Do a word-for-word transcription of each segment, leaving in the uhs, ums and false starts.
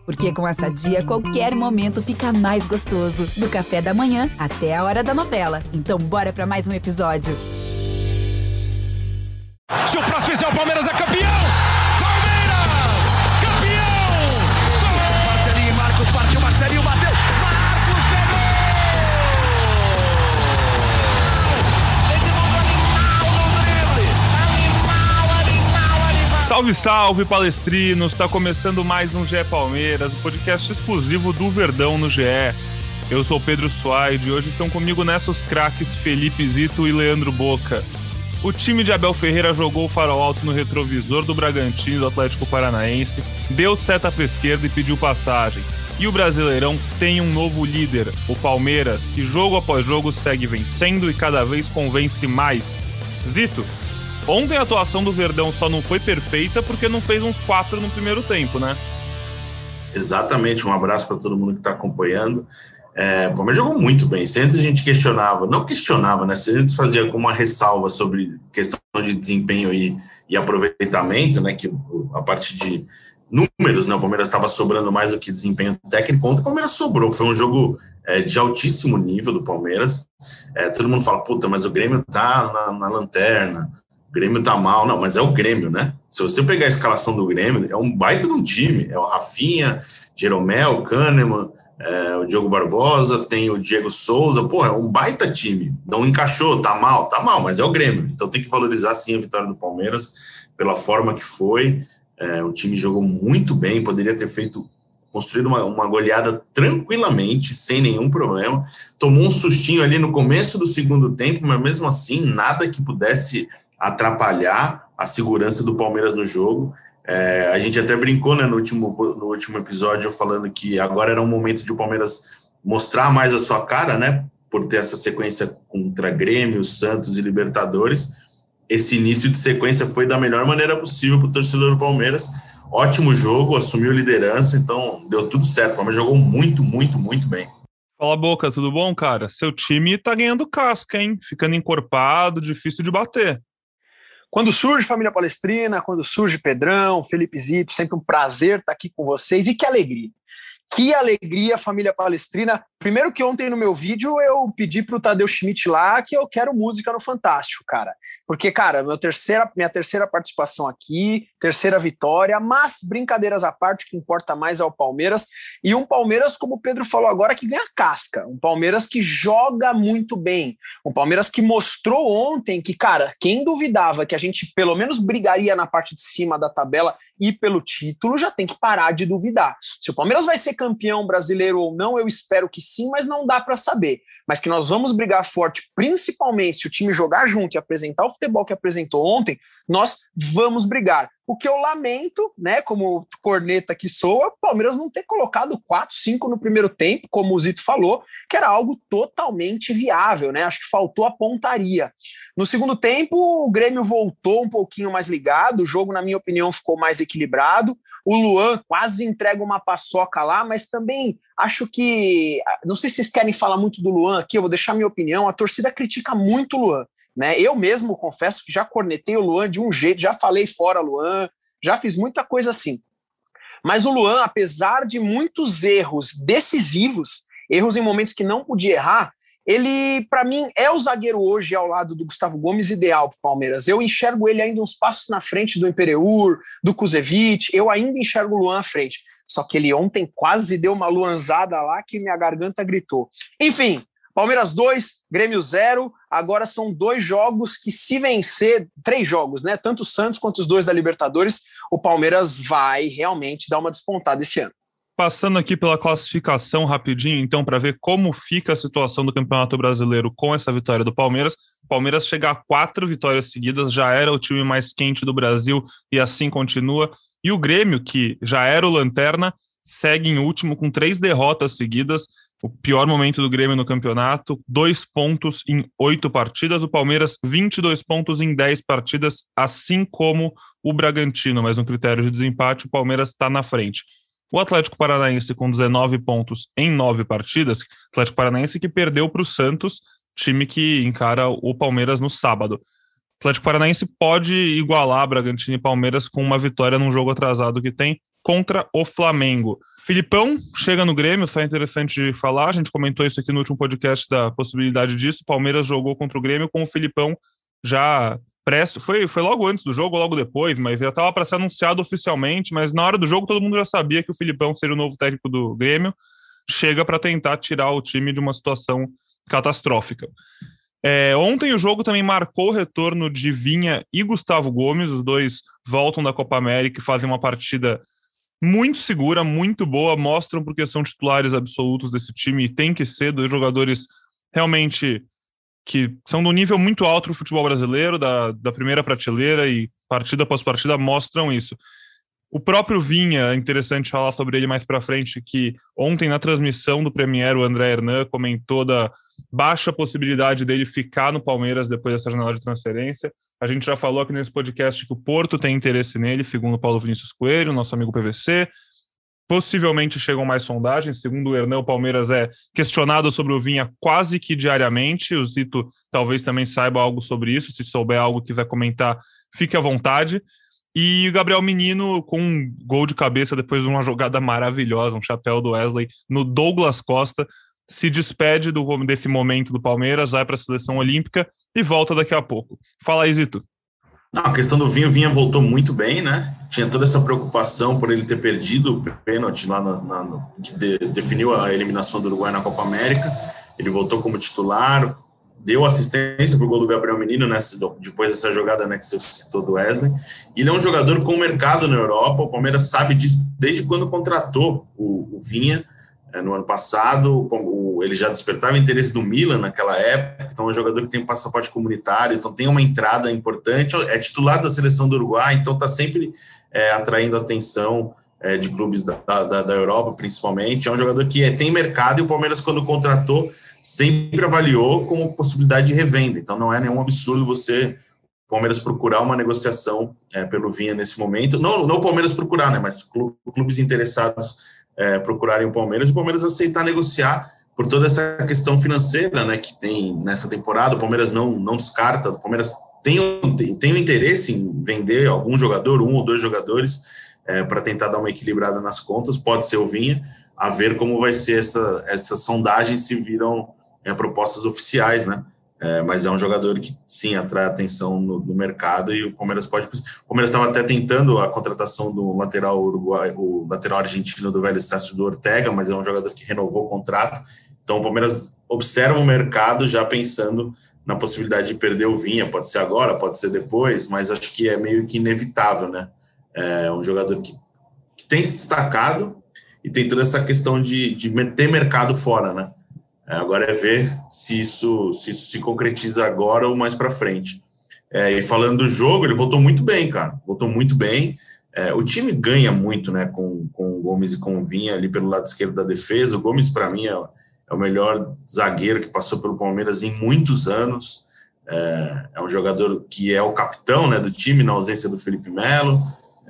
Porque com a Sadia, qualquer momento fica mais gostoso. Do café da manhã até a hora da novela. Então bora pra mais um episódio. Se o próximo fizer o Palmeiras é campeão! Palmeiras! Campeão! Gol! Marcelinho e Marcos, partiu, Marcelinho bateu! Marcos pegou! Edmundo animal no drible! Animal, animal, animal! Salve, salve, palestrinos! Está começando mais um G E Palmeiras, o podcast exclusivo do Verdão no G E. Eu sou o Pedro Suaide e hoje estão comigo nessa os craques Felipe Zito e Leandro Boca. O time de Abel Ferreira jogou o farol alto no retrovisor do Bragantino do Atlético Paranaense, deu seta para a esquerda e pediu passagem. E o Brasileirão tem um novo líder, o Palmeiras, que jogo após jogo segue vencendo e cada vez convence mais. Zito, ontem a atuação do Verdão só não foi perfeita porque não fez uns quatro no primeiro tempo, né? Exatamente, um abraço para todo mundo que está acompanhando. É, o Palmeiras jogou muito bem. Se antes a gente questionava, não questionava, né? Se antes fazia alguma ressalva sobre questão de desempenho e, e aproveitamento, né? Que a parte de números, né? O Palmeiras estava sobrando mais do que desempenho técnico. Ontem o Palmeiras sobrou. Foi um jogo é, de altíssimo nível do Palmeiras. É, todo mundo fala, puta, mas o Grêmio tá na, na lanterna. O Grêmio tá mal. Não, mas é o Grêmio, né? Se você pegar a escalação do Grêmio, é um baita de um time. É o Rafinha, Jeromel, Kahneman, É, o Diogo Barbosa, tem o Diego Souza, pô, é um baita time, não encaixou, tá mal, tá mal, mas é o Grêmio, então tem que valorizar sim a vitória do Palmeiras, pela forma que foi, é, o time jogou muito bem, poderia ter feito, construído uma, uma goleada tranquilamente, sem nenhum problema, tomou um sustinho ali no começo do segundo tempo, mas mesmo assim, nada que pudesse atrapalhar a segurança do Palmeiras no jogo. É, a gente até brincou, né, no, último, no último episódio falando que agora era um momento de o Palmeiras mostrar mais a sua cara, né, por ter essa sequência contra Grêmio, Santos e Libertadores. Esse início de sequência foi da melhor maneira possível para o torcedor do Palmeiras. Ótimo jogo, assumiu liderança, então deu tudo certo. O Palmeiras jogou muito, muito, muito bem. Fala, Boca, tudo bom, cara? Seu time tá ganhando casca, hein? Ficando encorpado, difícil de bater. Quando surge Família Palestrina, quando surge Pedrão, Felipe Zito, sempre um prazer estar aqui com vocês. E que alegria! Que alegria, Família Palestrina. Primeiro que ontem no meu vídeo eu pedi pro Tadeu Schmidt lá que eu quero música no Fantástico, cara. Porque, cara, meu terceira, minha terceira participação aqui, terceira vitória, mas brincadeiras à parte, o que importa mais é o Palmeiras. E um Palmeiras, como o Pedro falou agora, que ganha casca. Um Palmeiras que joga muito bem. Um Palmeiras que mostrou ontem que, cara, quem duvidava que a gente pelo menos brigaria na parte de cima da tabela e pelo título, já tem que parar de duvidar. Se o Palmeiras vai ser campeão brasileiro ou não, eu espero que sim, mas não dá para saber. Mas que nós vamos brigar forte, principalmente se o time jogar junto e apresentar o futebol que apresentou ontem, nós vamos brigar. O que eu lamento, né, como corneta que sou, é o Palmeiras não ter colocado quatro, cinco no primeiro tempo, como o Zito falou, que era algo totalmente viável, né? Acho que faltou a pontaria. No segundo tempo, o Grêmio voltou um pouquinho mais ligado, o jogo, na minha opinião, ficou mais equilibrado. O Luan quase entrega uma paçoca lá, mas também acho que... Não sei se vocês querem falar muito do Luan aqui, eu vou deixar minha opinião. A torcida critica muito o Luan, né? Eu mesmo confesso que já cornetei o Luan de um jeito, já falei fora Luan, já fiz muita coisa assim. Mas o Luan, apesar de muitos erros decisivos, erros em momentos que não podia errar, ele, para mim, é o zagueiro hoje ao lado do Gustavo Gomes ideal para o Palmeiras. Eu enxergo ele ainda uns passos na frente do Imperiur, do Kuzevic, eu ainda enxergo o Luan à frente. Só que ele ontem quase deu uma luanzada lá que minha garganta gritou. Enfim, Palmeiras dois, Grêmio zero, agora são dois jogos que se vencer, três jogos, né? Tanto o Santos quanto os dois da Libertadores, o Palmeiras vai realmente dar uma despontada esse ano. Passando aqui pela classificação rapidinho, então, para ver como fica a situação do Campeonato Brasileiro com essa vitória do Palmeiras. O Palmeiras chega a quatro vitórias seguidas, já era o time mais quente do Brasil e assim continua. E o Grêmio, que já era o lanterna, segue em último com três derrotas seguidas. O pior momento do Grêmio no campeonato, dois pontos em oito partidas. O Palmeiras, vinte e dois pontos em dez partidas, assim como o Bragantino. Mas no critério de desempate, o Palmeiras está na frente. O Atlético Paranaense com dezenove pontos em nove partidas, Atlético Paranaense que perdeu para o Santos, time que encara o Palmeiras no sábado. O Atlético Paranaense pode igualar Bragantino e Palmeiras com uma vitória num jogo atrasado que tem, contra o Flamengo. Filipão chega no Grêmio, isso é interessante de falar, a gente comentou isso aqui no último podcast da possibilidade disso. O Palmeiras jogou contra o Grêmio com o Filipão já presto, foi, foi logo antes do jogo, logo depois, mas já estava para ser anunciado oficialmente, mas na hora do jogo todo mundo já sabia que o Filipão seria o novo técnico do Grêmio, chega para tentar tirar o time de uma situação catastrófica. É, ontem o jogo também marcou o retorno de Vinha e Gustavo Gomes, os dois voltam da Copa América e fazem uma partida muito segura, muito boa, mostram porque são titulares absolutos desse time e tem que ser dois jogadores realmente que são do nível muito alto do futebol brasileiro, da, da primeira prateleira, e partida após partida mostram isso. O próprio Vinha, é interessante falar sobre ele mais para frente, que ontem na transmissão do Premier, o André Hernan comentou da baixa possibilidade dele ficar no Palmeiras depois dessa janela de transferência. A gente já falou aqui nesse podcast que o Porto tem interesse nele, segundo o Paulo Vinícius Coelho, nosso amigo P V C. Possivelmente chegam mais sondagens. Segundo o Hernan, o Palmeiras é questionado sobre o Vinha quase que diariamente. O Zito talvez também saiba algo sobre isso. Se souber algo, quiser comentar, fique à vontade. E o Gabriel Menino, com um gol de cabeça depois de uma jogada maravilhosa, um chapéu do Wesley, no Douglas Costa, se despede do, desse momento do Palmeiras, vai para a seleção olímpica e volta daqui a pouco. Fala aí, Zito. Não, a questão do Vinha, o Vinha voltou muito bem, né? Tinha toda essa preocupação por ele ter perdido o pênalti lá na, na, que de, definiu a eliminação do Uruguai na Copa América. Ele voltou como titular, deu assistência para o gol do Gabriel Menino, né, depois dessa jogada, né, que você citou do Wesley. Ele é um jogador com mercado na Europa, o Palmeiras sabe disso desde quando contratou o, o Vinha, é, no ano passado. O, ele já despertava interesse do Milan naquela época, então é um jogador que tem um passaporte comunitário, então tem uma entrada importante, é titular da seleção do Uruguai, então está sempre é, atraindo a atenção é, de clubes da, da, da Europa, principalmente. É um jogador que é, tem mercado, e o Palmeiras, quando contratou, sempre avaliou como possibilidade de revenda, então não é nenhum absurdo você, o Palmeiras, procurar uma negociação é, pelo Vinha nesse momento, não, não o Palmeiras procurar, né, mas clubes interessados é, procurarem o Palmeiras, e o Palmeiras aceitar negociar por toda essa questão financeira, né, que tem nessa temporada. O Palmeiras não, não descarta, o Palmeiras tem, tem, tem o interesse em vender algum jogador, um ou dois jogadores, é, para tentar dar uma equilibrada nas contas, pode ser o Vinha, a ver como vai ser essa, essas sondagens, se viram é, propostas oficiais, né? É, mas é um jogador que, sim, atrai atenção no, no mercado, e o Palmeiras pode... O Palmeiras estava até tentando a contratação do lateral uruguai, o lateral argentino do Vélez Sarsfield, do Ortega, mas é um jogador que renovou o contrato, então o Palmeiras observa o mercado já pensando na possibilidade de perder o Vinha, pode ser agora, pode ser depois, mas acho que é meio que inevitável, né? É um jogador que, que tem se destacado, e tem toda essa questão de, de ter mercado fora, né? É, agora é ver se isso, se isso se concretiza agora ou mais para frente. É, e falando do jogo, ele voltou muito bem, cara. Voltou muito bem. É, o time ganha muito, né, com, com o Gomes e com o Vinha ali pelo lado esquerdo da defesa. O Gomes, para mim, é, é o melhor zagueiro que passou pelo Palmeiras em muitos anos. É, é um jogador que é o capitão, né, do time, na ausência do Felipe Melo.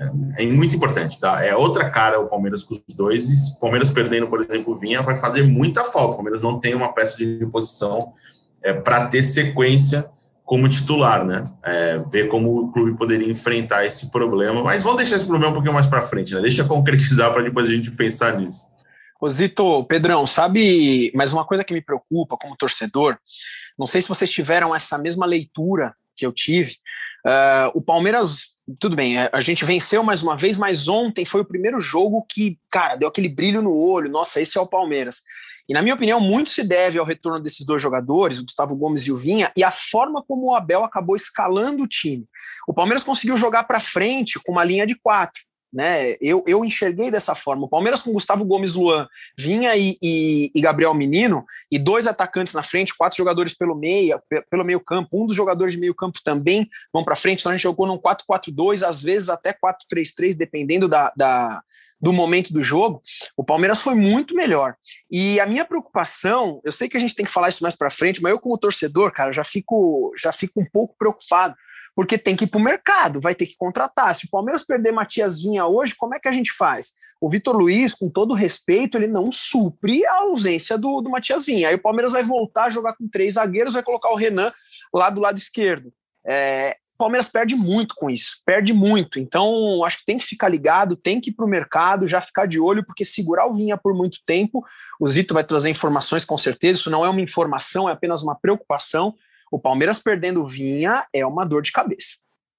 É muito importante, tá? É outra cara o Palmeiras com os dois, e o Palmeiras perdendo, por exemplo, o Vinha, vai fazer muita falta. O Palmeiras não tem uma peça de reposição é, para ter sequência como titular, né? É, ver como o clube poderia enfrentar esse problema, mas vamos deixar esse problema um pouquinho mais para frente, né? Deixa concretizar para depois a gente pensar nisso. Ô Zito, Pedrão, sabe, mas uma coisa que me preocupa como torcedor, não sei se vocês tiveram essa mesma leitura que eu tive, uh, o Palmeiras... Tudo bem, a gente venceu mais uma vez, mas ontem foi o primeiro jogo que, cara, deu aquele brilho no olho. Nossa, esse é o Palmeiras. E, na minha opinião, muito se deve ao retorno desses dois jogadores, o Gustavo Gomes e o Vinha, e a forma como o Abel acabou escalando o time. O Palmeiras conseguiu jogar para frente com uma linha de quatro, né? Eu, eu enxerguei dessa forma. O Palmeiras com Gustavo Gomes, Luan, Vinha e, e, e Gabriel Menino, e dois atacantes na frente, quatro jogadores pelo meio, pelo meio campo, um dos jogadores de meio campo também vão para frente, então a gente jogou num quatro quatro dois, às vezes até quatro três três, dependendo da, da, do momento do jogo. O Palmeiras foi muito melhor. E a minha preocupação, eu sei que a gente tem que falar isso mais para frente, mas eu como torcedor, cara, já fico, já fico um pouco preocupado, porque tem que ir para o mercado, vai ter que contratar. Se o Palmeiras perder Matias Vinha hoje, como é que a gente faz? O Vitor Luiz, com todo respeito, ele não supre a ausência do, do Matias Vinha. Aí o Palmeiras vai voltar a jogar com três zagueiros, vai colocar o Renan lá do lado esquerdo. É, Palmeiras perde muito com isso, perde muito. Então, acho que tem que ficar ligado, tem que ir para o mercado, já ficar de olho, porque segurar o Vinha por muito tempo, o Zito vai trazer informações com certeza, isso não é uma informação, é apenas uma preocupação. O Palmeiras perdendo o Vinha é uma dor de cabeça.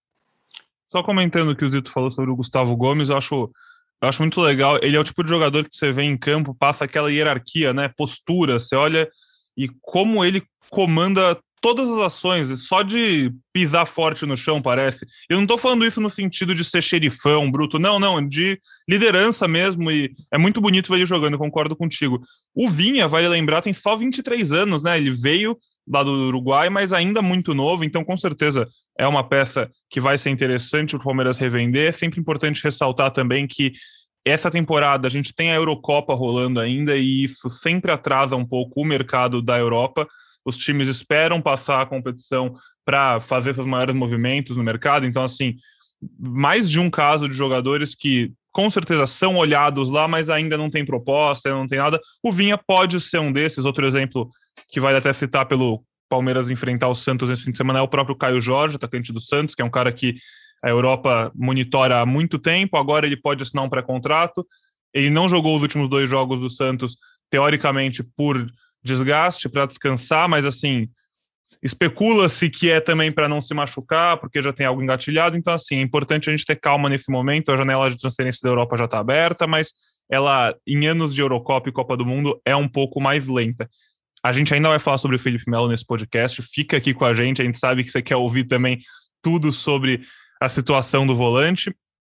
Só comentando o que o Zito falou sobre o Gustavo Gomes, eu acho, eu acho muito legal. Ele é o tipo de jogador que você vê em campo, passa aquela hierarquia, né? Postura, você olha e como ele comanda todas as ações, só de pisar forte no chão, parece. Eu não tô falando isso no sentido de ser xerifão, bruto, não, não, de liderança mesmo, e é muito bonito ver ele jogando, eu concordo contigo. O Vinha, vale lembrar, tem só vinte e três anos, né? Ele veio lá do Uruguai, mas ainda muito novo, então com certeza é uma peça que vai ser interessante o Palmeiras revender. É sempre importante ressaltar também que essa temporada a gente tem a Eurocopa rolando ainda, e isso sempre atrasa um pouco o mercado da Europa. Os times esperam passar a competição para fazer seus maiores movimentos no mercado. Então, assim, mais de um caso de jogadores que com certeza são olhados lá, mas ainda não tem proposta, não tem nada. O Vinha pode ser um desses. Outro exemplo que vale até citar pelo Palmeiras enfrentar o Santos nesse fim de semana é o próprio Caio Jorge, atacante do Santos, que é um cara que a Europa monitora há muito tempo. Agora ele pode assinar um pré-contrato. Ele não jogou os últimos dois jogos do Santos, teoricamente, por desgaste, para descansar, mas assim, especula-se que é também para não se machucar, porque já tem algo engatilhado. Então, assim, é importante a gente ter calma nesse momento. A janela de transferência da Europa já está aberta, mas ela, em anos de Eurocopa e Copa do Mundo, é um pouco mais lenta. A gente ainda vai falar sobre o Felipe Melo nesse podcast, fica aqui com a gente, a gente sabe que você quer ouvir também tudo sobre a situação do volante,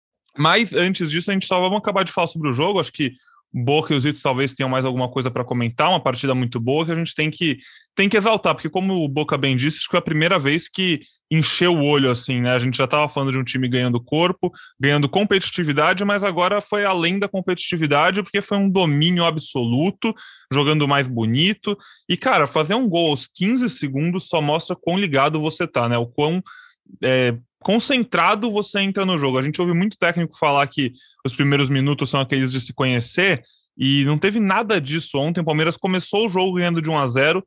mas antes disso a gente só vamos acabar de falar sobre o jogo. Acho que Boca e o Zito talvez tenham mais alguma coisa para comentar, uma partida muito boa que a gente tem que, tem que exaltar, porque como o Boca bem disse, acho que foi a primeira vez que encheu o olho, assim, né? A gente já estava falando de um time ganhando corpo, ganhando competitividade, mas agora foi além da competitividade, porque foi um domínio absoluto, jogando mais bonito, e cara, fazer um gol aos quinze segundos só mostra quão ligado você tá, né? O quão é, concentrado você entra no jogo. A gente ouve muito técnico falar que os primeiros minutos são aqueles de se conhecer, e não teve nada disso ontem. O Palmeiras começou o jogo ganhando de um a zero,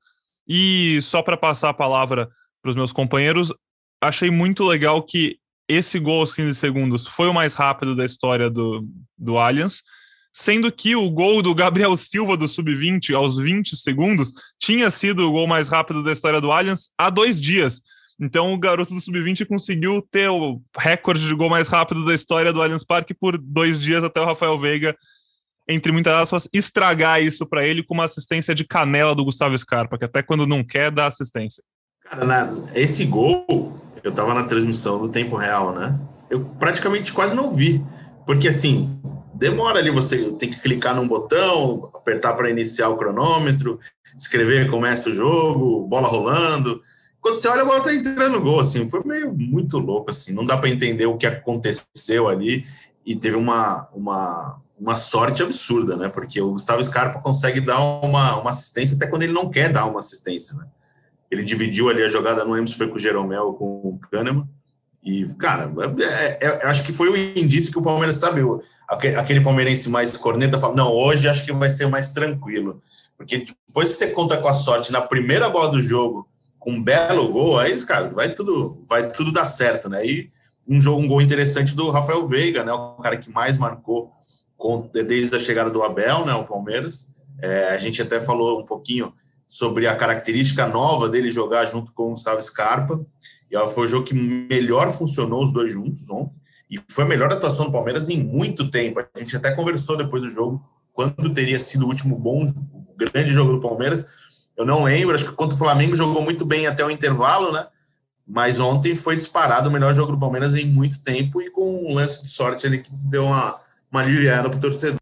e só para passar a palavra para os meus companheiros, achei muito legal que esse gol aos quinze segundos foi o mais rápido da história do, do Allianz, sendo que o gol do Gabriel Silva do sub vinte aos vinte segundos tinha sido o gol mais rápido da história do Allianz há dois dias. Então o garoto do sub vinte conseguiu ter o recorde de gol mais rápido da história do Allianz Parque por dois dias, até o Rafael Veiga, entre muitas aspas, estragar isso para ele com uma assistência de canela do Gustavo Scarpa, que até quando não quer, dá assistência. Cara, na, esse gol, eu tava na transmissão do tempo real, né? Eu praticamente quase não vi, porque assim, demora ali, você tem que clicar num botão, apertar para iniciar o cronômetro, escrever, começa o jogo, bola rolando. Quando você olha, a bola tá entrando no gol, assim, foi meio muito louco, assim, não dá para entender o que aconteceu ali, e teve uma, uma, uma sorte absurda, né, porque o Gustavo Scarpa consegue dar uma, uma assistência até quando ele não quer dar uma assistência, né, ele dividiu ali a jogada, não lembro se foi com o Jeromel ou com o Kahneman, e, cara, é, é, acho que foi o indício que o Palmeiras, sabe, o, aquele palmeirense mais corneta, fala, não, hoje acho que vai ser mais tranquilo, porque depois que você conta com a sorte na primeira bola do jogo, com um belo gol, aí, cara, vai tudo, vai tudo dar certo, né? E um jogo, um gol interessante do Rafael Veiga, né? O cara que mais marcou desde a chegada do Abel, né? O Palmeiras. É, a gente até falou um pouquinho sobre a característica nova dele jogar junto com o Gustavo Scarpa. E foi o jogo que melhor funcionou os dois juntos ontem. E foi a melhor atuação do Palmeiras em muito tempo. A gente até conversou depois do jogo quando teria sido o último bom, grande jogo do Palmeiras. Eu não lembro, acho que contra o Flamengo jogou muito bem até o intervalo, né? Mas ontem foi disparado o melhor jogo do Palmeiras em muito tempo, e com um lance de sorte ali que deu uma, uma aliviada pro torcedor.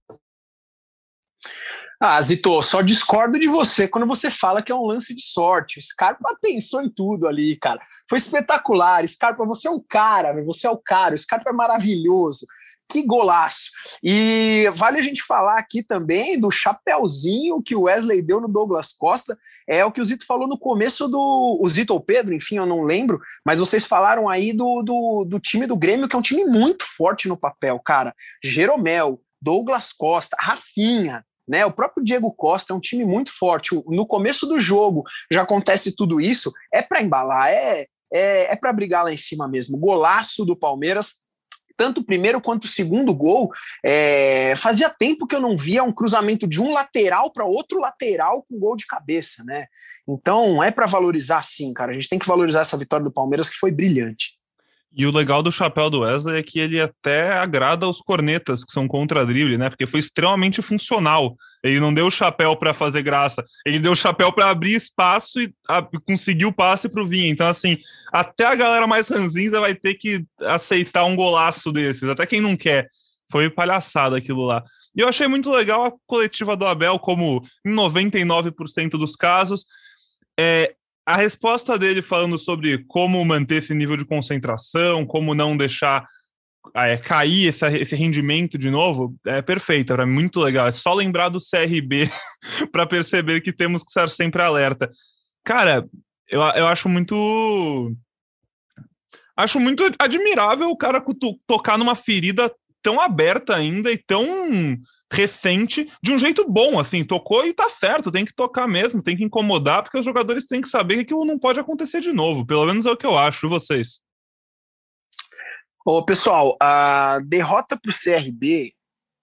Ah, Zito, só discordo de você quando você fala que é um lance de sorte. O Scarpa pensou em tudo ali, cara. Foi espetacular. Scarpa, você é um cara, você é o cara. O Scarpa é maravilhoso. Que golaço! E vale a gente falar aqui também do chapéuzinho que o Wesley deu no Douglas Costa. É o que o Zito falou no começo do... O Zito ou Pedro, enfim, eu não lembro, mas vocês falaram aí do, do, do time do Grêmio, que é um time muito forte no papel, cara. Jeromel, Douglas Costa, Rafinha, né? O próprio Diego Costa é um time muito forte. No começo do jogo já acontece tudo isso, é para embalar, é... é, é para brigar lá em cima mesmo. Golaço do Palmeiras, tanto o primeiro quanto o segundo gol, é, fazia tempo que eu não via um cruzamento de um lateral para outro lateral com gol de cabeça, né? Então é para valorizar sim, cara. A gente tem que valorizar essa vitória do Palmeiras, que foi brilhante. E o legal do chapéu do Wesley é que ele até agrada os cornetas que são contra drible, né? Porque foi extremamente funcional. Ele não deu o chapéu para fazer graça, ele deu o chapéu para abrir espaço e a, conseguir o passe pro Vinha. Então, assim, até a galera mais ranzinza vai ter que aceitar um golaço desses, até quem não quer. Foi palhaçada aquilo lá. E eu achei muito legal a coletiva do Abel, como em noventa e nove por cento dos casos. É, a resposta dele falando sobre como manter esse nível de concentração, como não deixar é, cair esse, esse rendimento de novo, é perfeita, é muito legal. É só lembrar do C R B para perceber que temos que estar sempre alerta. Cara, eu, eu acho muito... Acho muito admirável o cara tocar numa ferida tão aberta ainda e tão recente, de um jeito bom, assim, tocou e tá certo, tem que tocar mesmo, tem que incomodar, porque os jogadores têm que saber que aquilo não pode acontecer de novo, pelo menos é o que eu acho. E vocês? Ô, pessoal, a derrota pro C R B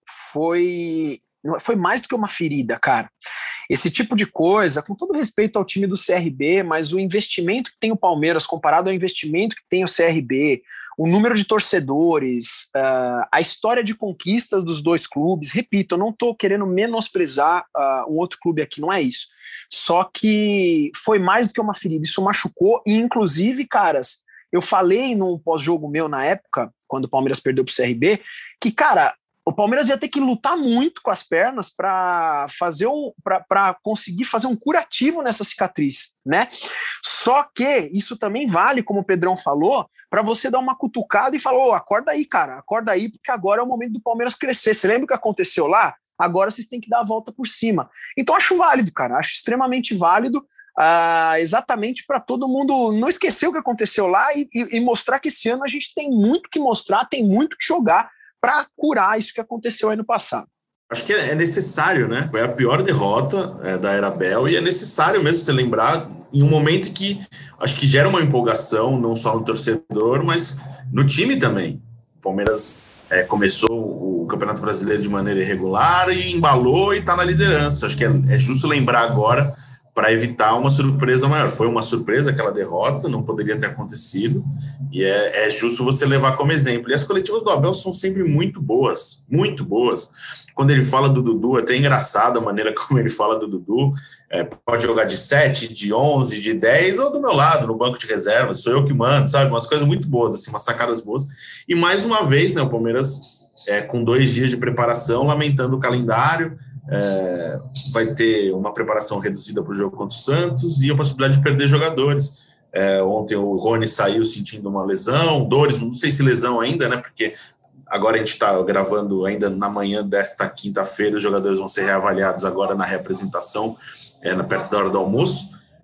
foi, foi mais do que uma ferida, cara. Esse tipo de coisa, com todo respeito ao time do C R B, mas o investimento que tem o Palmeiras comparado ao investimento que tem o C R B, o número de torcedores, uh, a história de conquistas dos dois clubes, repito, eu não estou querendo menosprezar uh, um outro clube aqui, não é isso. Só que foi mais do que uma ferida, isso machucou, e inclusive, caras, eu falei num pós-jogo meu na época, quando o Palmeiras perdeu pro C R B, que, cara, o Palmeiras ia ter que lutar muito com as pernas para fazer um, para conseguir fazer um curativo nessa cicatriz, né? Só que isso também vale, como o Pedrão falou, para você dar uma cutucada e falar, ô, acorda aí, cara, acorda aí, porque agora é o momento do Palmeiras crescer. Você lembra o que aconteceu lá? Agora vocês têm que dar a volta por cima. Então acho válido, cara, acho extremamente válido, uh, exatamente para todo mundo não esquecer o que aconteceu lá e, e, e mostrar que esse ano a gente tem muito que mostrar, tem muito que jogar para curar isso que aconteceu aí no passado. Acho que é necessário, né? Foi a pior derrota é, da era Abel, e é necessário mesmo você lembrar em um momento que acho que gera uma empolgação, não só no torcedor, mas no time também. O Palmeiras é, começou o Campeonato Brasileiro de maneira irregular e embalou e está na liderança. Acho que é, é justo lembrar agora para evitar uma surpresa maior. Foi uma surpresa aquela derrota, não poderia ter acontecido, e é, é justo você levar como exemplo. E as coletivas do Abel são sempre muito boas, muito boas. Quando ele fala do Dudu, é até engraçado a maneira como ele fala do Dudu, é, pode jogar de sete, de onze, de dez, ou do meu lado, no banco de reservas, sou eu que mando, sabe? Umas coisas muito boas, assim, umas sacadas boas. E mais uma vez, né, o Palmeiras, é, com dois dias de preparação, lamentando o calendário, É, vai ter uma preparação reduzida para o jogo contra o Santos e a possibilidade de perder jogadores. É, ontem o Rony saiu sentindo uma lesão, dores, não sei se lesão ainda, né? Porque agora a gente está gravando ainda na manhã desta quinta-feira, os jogadores vão ser reavaliados agora na reapresentação, é, na, perto da hora do almoço.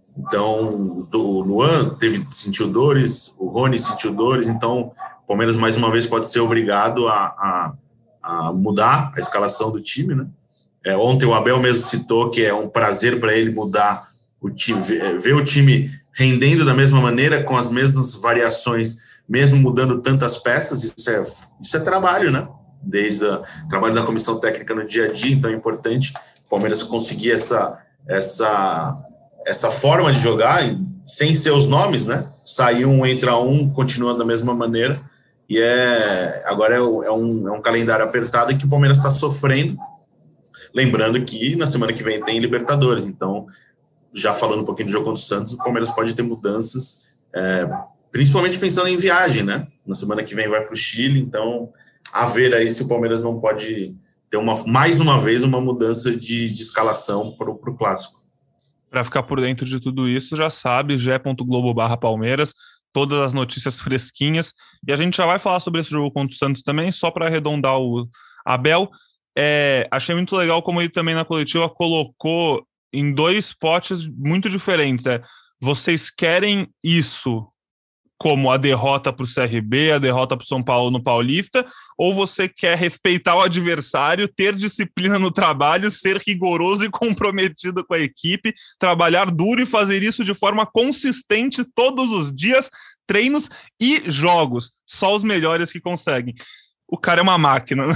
Então, o Luan teve, sentiu dores, o Rony sentiu dores, então o Palmeiras mais uma vez pode ser obrigado a, a, a mudar a escalação do time, né? É, ontem o Abel mesmo citou que é um prazer para ele mudar o time, ver, ver o time rendendo da mesma maneira, com as mesmas variações, mesmo mudando tantas peças. Isso é, isso é trabalho, né? Desde o trabalho da comissão técnica no dia a dia, então é importante o Palmeiras conseguir essa, essa, essa forma de jogar, sem seus nomes, né? Sair um, entra um, continuando da mesma maneira, e é, agora é, é, um, é um calendário apertado que o Palmeiras está sofrendo. Lembrando que na semana que vem tem Libertadores, então, já falando um pouquinho do jogo contra o Santos, o Palmeiras pode ter mudanças, é, principalmente pensando em viagem, né? Na semana que vem vai para o Chile, então, a ver aí se o Palmeiras não pode ter uma, mais uma vez uma mudança de, de escalação para o Clássico. Para ficar por dentro de tudo isso, já sabe, ge ponto globo barra Palmeiras, todas as notícias fresquinhas, e a gente já vai falar sobre esse jogo contra o Santos também, só para arredondar o Abel. É, achei muito legal como ele também na coletiva colocou em dois potes muito diferentes. É, vocês querem isso como a derrota para o C R B, a derrota para o São Paulo no Paulista, ou você quer respeitar o adversário, ter disciplina no trabalho, ser rigoroso e comprometido com a equipe, trabalhar duro e fazer isso de forma consistente todos os dias, treinos e jogos. Só os melhores que conseguem. O cara é uma máquina.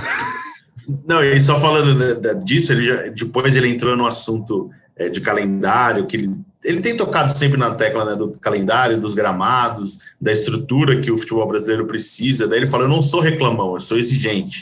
Não, e só falando disso, ele já, depois ele entrou no assunto é, de calendário, que ele, ele tem tocado sempre na tecla, né, do calendário, dos gramados, da estrutura que o futebol brasileiro precisa. Daí ele fala, eu não sou reclamão, eu sou exigente.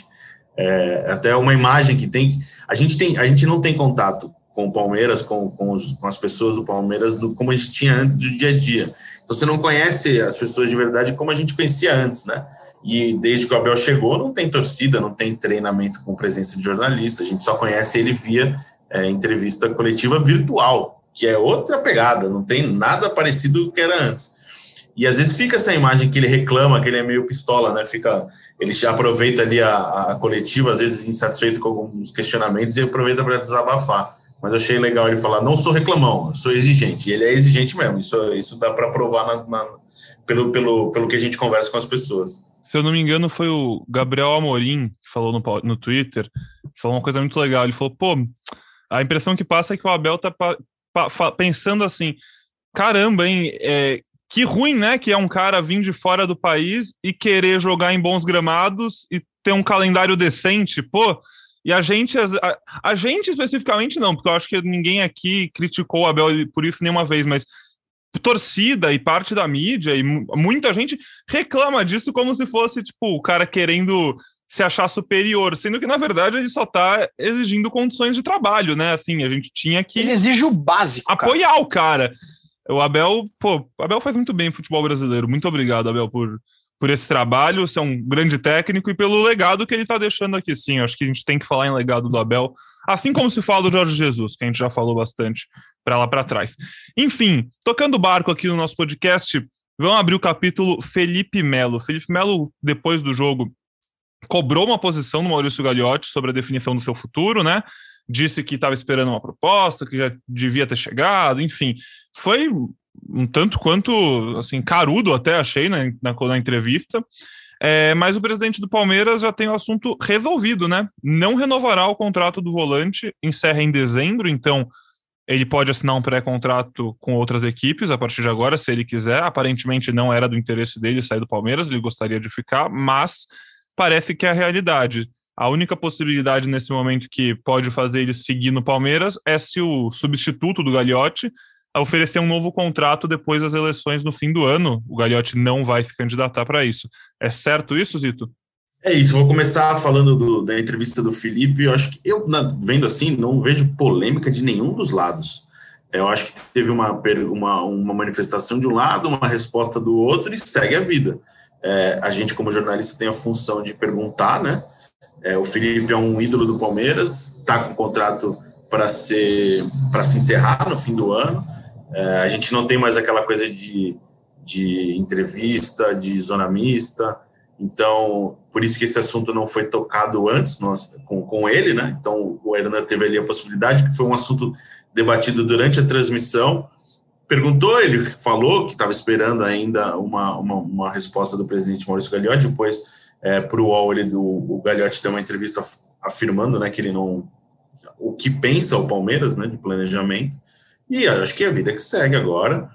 É, até uma imagem que tem a, gente tem... a gente não tem contato com o Palmeiras, com, com, os, com as pessoas do Palmeiras, do, como a gente tinha antes do dia a dia. Então você não conhece as pessoas de verdade como a gente conhecia antes, né? E desde que o Abel chegou, não tem torcida, não tem treinamento com presença de jornalista, a gente só conhece ele via é, entrevista coletiva virtual, que é outra pegada, não tem nada parecido do que era antes. E às vezes fica essa imagem que ele reclama, que ele é meio pistola, né? Fica, ele já aproveita ali a, a coletiva, às vezes insatisfeito com alguns questionamentos, e aproveita para desabafar. Mas eu achei legal ele falar, não sou reclamão, eu sou exigente. E ele é exigente mesmo, isso, isso dá para provar na, na, pelo, pelo, pelo que a gente conversa com as pessoas. Se eu não me engano, foi o Gabriel Amorim que falou no, no Twitter, falou uma coisa muito legal. Ele falou, pô, a impressão que passa é que o Abel tá pa, pa, pensando assim, caramba, hein, é, que ruim, né, que é um cara vir de fora do país e querer jogar em bons gramados e ter um calendário decente, pô. E a gente, a, a gente especificamente não, porque eu acho que ninguém aqui criticou o Abel por isso nenhuma vez, mas torcida e parte da mídia e muita gente reclama disso como se fosse, tipo, o cara querendo se achar superior, sendo que, na verdade, ele só tá exigindo condições de trabalho, né? Assim, a gente tinha que... Ele exige o básico, apoiar cara. o cara. O Abel, pô, o Abel faz muito bem no futebol brasileiro. Muito obrigado, Abel, por, por esse trabalho. Você é um grande técnico e pelo legado que ele tá deixando aqui, sim. Eu acho que a gente tem que falar em legado do Abel, assim como se fala do Jorge Jesus, que a gente já falou bastante para lá para trás. Enfim, tocando o barco aqui no nosso podcast, vamos abrir o capítulo Felipe Melo. Felipe Melo, depois do jogo, cobrou uma posição do Maurício Gagliotti sobre a definição do seu futuro, né? Disse que estava esperando uma proposta, que já devia ter chegado, enfim. Foi um tanto quanto, assim, carudo até, achei, né, na, na entrevista. É, mas o presidente do Palmeiras já tem o assunto resolvido, né? Não renovará o contrato do volante, encerra em dezembro, então ele pode assinar um pré-contrato com outras equipes a partir de agora, se ele quiser. Aparentemente não era do interesse dele sair do Palmeiras, ele gostaria de ficar, mas parece que é a realidade. A única possibilidade nesse momento que pode fazer ele seguir no Palmeiras é se o substituto do Gagliotti oferecer um novo contrato depois das eleições no fim do ano. O Gagliotti não vai se candidatar para isso. É certo isso, Zito? É isso, vou começar falando do, da entrevista do Felipe. Eu acho que eu, na, vendo assim, não vejo polêmica de nenhum dos lados. Eu acho que teve uma, uma, uma manifestação de um lado, uma resposta do outro e segue a vida. É, a gente, como jornalista, tem a função de perguntar, né? É, o Felipe é um ídolo do Palmeiras, está com contrato para ser, para se encerrar no fim do ano. É, a gente não tem mais aquela coisa de, de entrevista, de zona mista. Então, por isso que esse assunto não foi tocado antes nós, com, com ele, né? Então, o Hernan teve ali a possibilidade, que foi um assunto debatido durante a transmissão. Perguntou, ele falou que estava esperando ainda uma, uma, uma resposta do presidente Maurício Gagliotti. Depois, é, para o U O L, ele, do, o Gagliotti tem uma entrevista afirmando, né, que ele não... o que pensa o Palmeiras, né, de planejamento. E acho que é a vida que segue agora.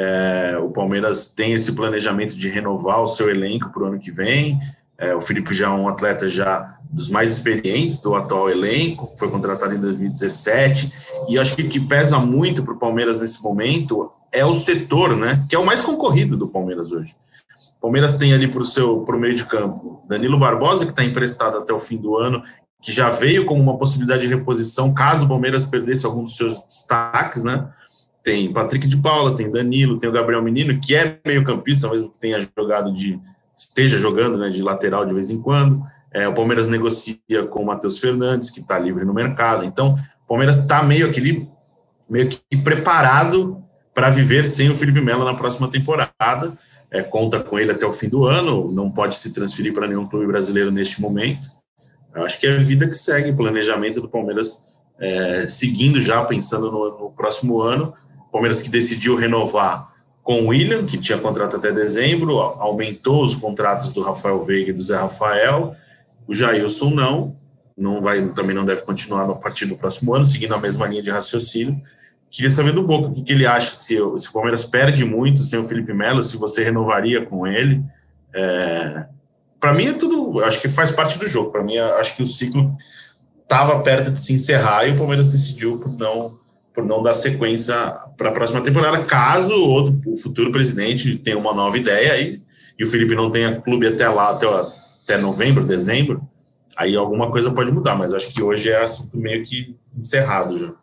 É, o Palmeiras tem esse planejamento de renovar o seu elenco para o ano que vem. É, o Felipe já é um atleta já dos mais experientes do atual elenco, foi contratado em dois mil e dezessete, e acho que o que pesa muito para o Palmeiras nesse momento é o setor, né, que é o mais concorrido do Palmeiras hoje. O Palmeiras tem ali para o seu pro meio de campo Danilo Barbosa, que está emprestado até o fim do ano, que já veio como uma possibilidade de reposição caso o Palmeiras perdesse algum dos seus destaques, né? Tem Patrick de Paula, tem Danilo, tem o Gabriel Menino, que é meio campista, mesmo que tenha jogado de, esteja jogando, né, de lateral de vez em quando. É, o Palmeiras negocia com o Matheus Fernandes, que está livre no mercado. Então, o Palmeiras está meio, aquele, meio que preparado para viver sem o Felipe Melo na próxima temporada. É, conta com ele até o fim do ano, não pode se transferir para nenhum clube brasileiro neste momento. Eu acho que é a vida que segue, o planejamento do Palmeiras é, seguindo já, pensando no, no próximo ano. Palmeiras que decidiu renovar com o William, que tinha contrato até dezembro, aumentou os contratos do Rafael Veiga e do Zé Rafael. O Jailson não, não vai, também não deve continuar a partir do próximo ano, seguindo a mesma linha de raciocínio, queria saber do Boca, o que, que ele acha, se, se o Palmeiras perde muito sem o Felipe Melo, se você renovaria com ele. É, para mim é tudo, acho que faz parte do jogo. Para mim, acho que o ciclo estava perto de se encerrar e o Palmeiras decidiu por não, por não dar sequência para a próxima temporada, caso o, outro, o futuro presidente tenha uma nova ideia e, e o Felipe não tenha clube até lá, até, até novembro, dezembro, aí alguma coisa pode mudar, mas acho que hoje é assunto meio que encerrado já.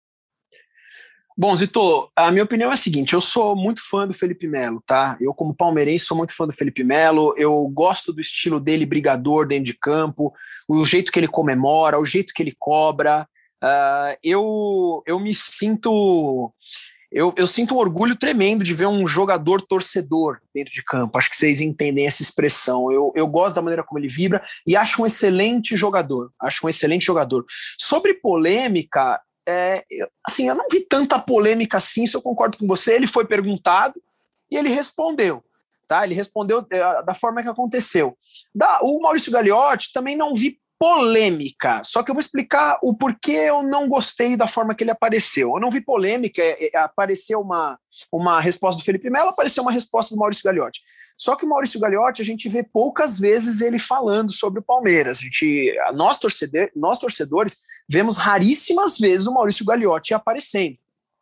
Bom, Zito, a minha opinião é a seguinte, eu sou muito fã do Felipe Melo, tá? Eu, como palmeirense, sou muito fã do Felipe Melo, eu gosto do estilo dele, brigador dentro de campo, o jeito que ele comemora, o jeito que ele cobra. Uh, eu, eu me sinto... Eu, eu sinto um orgulho tremendo de ver um jogador torcedor dentro de campo. Acho que vocês entendem essa expressão. Eu, eu gosto da maneira como ele vibra e acho um excelente jogador. Acho um excelente jogador. Sobre polêmica... É, assim, eu não vi tanta polêmica assim, se eu concordo com você. Ele foi perguntado e ele respondeu, tá? Ele respondeu é, da forma que aconteceu. Da, o Maurício Gagliotti também não vi polêmica, só que eu vou explicar o porquê eu não gostei da forma que ele apareceu. Eu não vi polêmica, é, é, apareceu uma, uma resposta do Felipe Melo, apareceu uma resposta do Maurício Gagliotti. Só que o Maurício Gagliotti, a gente vê poucas vezes ele falando sobre o Palmeiras. A gente, nós, torcedor, nós torcedores vemos raríssimas vezes o Maurício Gagliotti aparecendo.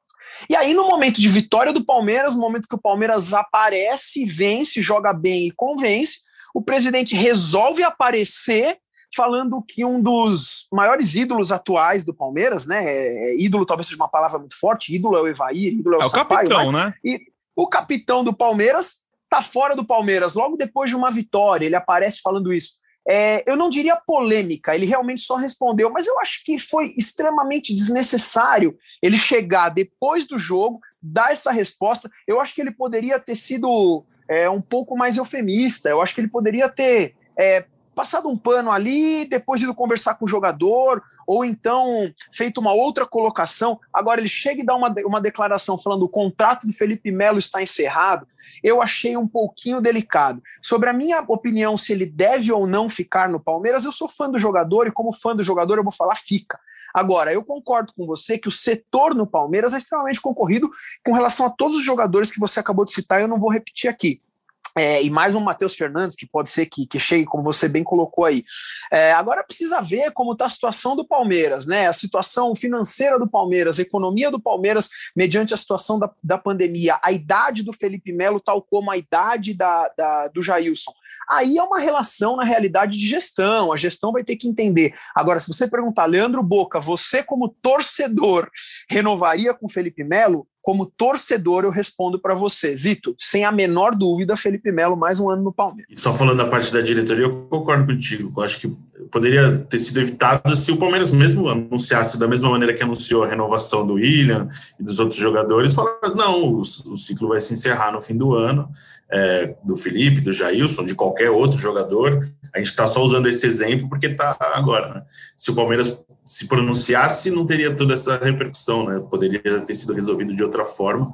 E aí, no momento de vitória do Palmeiras, no momento que o Palmeiras aparece, vence, joga bem e convence, o presidente resolve aparecer falando que um dos maiores ídolos atuais do Palmeiras, né, é, ídolo talvez seja uma palavra muito forte, ídolo é o Evair, ídolo é o, é o Sampaio, capitão, mas, né? E o capitão do Palmeiras está fora do Palmeiras, logo depois de uma vitória, ele aparece falando isso. É, eu não diria polêmica, ele realmente só respondeu, mas eu acho que foi extremamente desnecessário ele chegar depois do jogo, dar essa resposta. Eu acho que ele poderia ter sido é, um pouco mais eufemista, eu acho que ele poderia ter é, passado um pano ali, depois ido conversar com o jogador, ou então feito uma outra colocação. Agora ele chega e dá uma, uma declaração falando o contrato do Felipe Melo está encerrado. Eu achei um pouquinho delicado. Sobre a minha opinião, se ele deve ou não ficar no Palmeiras, eu sou fã do jogador e como fã do jogador eu vou falar fica. Agora, eu concordo com você que o setor no Palmeiras é extremamente concorrido com relação a todos os jogadores que você acabou de citar, eu não vou repetir aqui. É, e mais um Matheus Fernandes, que pode ser que, que chegue, como você bem colocou aí. É, agora precisa ver como está a situação do Palmeiras, né? A situação financeira do Palmeiras, a economia do Palmeiras, mediante a situação da, da pandemia, a idade do Felipe Melo, tal como a idade da, da, do Jailson. Aí é uma relação, na realidade, de gestão. A gestão vai ter que entender. Agora, se você perguntar, Leandro Boca, você como torcedor renovaria com o Felipe Melo? Como torcedor, eu respondo para você, Zito, sem a menor dúvida, Felipe Melo mais um ano no Palmeiras. E só falando da parte da diretoria, eu concordo contigo. Eu acho que poderia ter sido evitado se o Palmeiras mesmo anunciasse da mesma maneira que anunciou a renovação do William e dos outros jogadores, falar, não, o, o ciclo vai se encerrar no fim do ano, é, do Felipe, do Jailson, de qualquer outro jogador. A gente está só usando esse exemplo porque está agora, né? Se o Palmeiras se pronunciasse, não teria toda essa repercussão, né? Poderia ter sido resolvido de outra forma.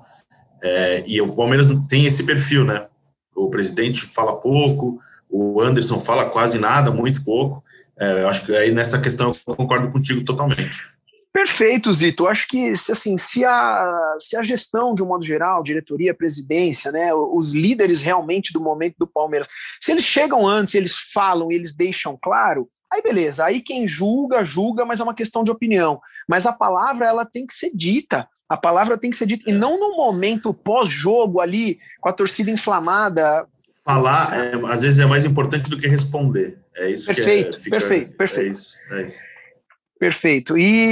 É, e o Palmeiras tem esse perfil, né? O presidente fala pouco, o Anderson fala quase nada, muito pouco. É, eu acho que aí nessa questão eu concordo contigo totalmente. Perfeito, Zito. Eu acho que assim, se, a, se a gestão, de um modo geral, diretoria, presidência, né, os líderes realmente do momento do Palmeiras, se eles chegam antes, eles falam e eles deixam claro, aí beleza, aí quem julga, julga, mas é uma questão de opinião. Mas a palavra, ela tem que ser dita. A palavra tem que ser dita, e não no momento pós-jogo ali, com a torcida inflamada. Falar, é, às vezes, é mais importante do que responder. É isso perfeito, que é, fica, perfeito, perfeito. É isso, é isso. Perfeito.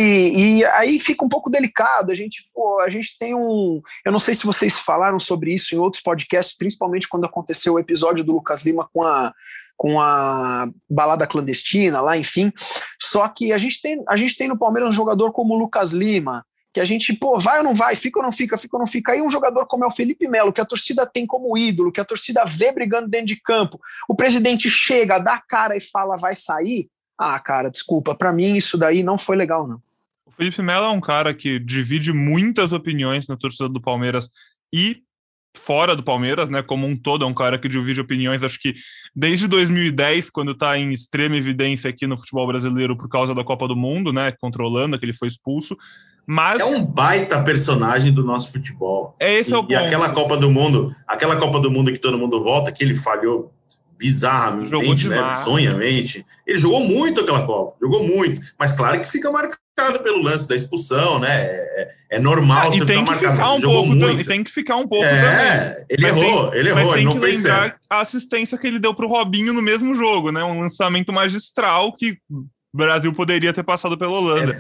E, e aí fica um pouco delicado. A gente, pô, a gente tem um... Eu não sei se vocês falaram sobre isso em outros podcasts, principalmente quando aconteceu o episódio do Lucas Lima com a, com a balada clandestina lá, enfim. Só que a gente tem, a gente tem no Palmeiras um jogador como o Lucas Lima, que a gente, pô, vai ou não vai, fica ou não fica, fica ou não fica. Aí um jogador como é o Felipe Melo, que a torcida tem como ídolo, que a torcida vê brigando dentro de campo, o presidente chega, dá a cara e fala, vai sair. Ah, cara, desculpa, pra mim isso daí não foi legal, não. O Felipe Melo é um cara que divide muitas opiniões na torcida do Palmeiras e fora do Palmeiras, né, como um todo, é um cara que divide opiniões, acho que desde dois mil e dez, quando está em extrema evidência aqui no futebol brasileiro por causa da Copa do Mundo, né, contra a Holanda, que ele foi expulso, Mas é um baita personagem do nosso futebol. É esse e, é o ponto. E aquela Copa do Mundo, aquela Copa do Mundo que todo mundo volta, que ele falhou bizarramente, jogou né, bizonhamente. Ele jogou muito aquela Copa, jogou muito. Mas claro que fica marcado pelo lance da expulsão, né? É, é normal ah, você ficar marcado, mas um ele jogou muito. E tem que ficar um pouco é, também. Ele mas errou, tem, ele errou, ele não fez certo. A assistência que ele deu pro Robinho no mesmo jogo, né? Um lançamento magistral que o Brasil poderia ter passado pela Holanda.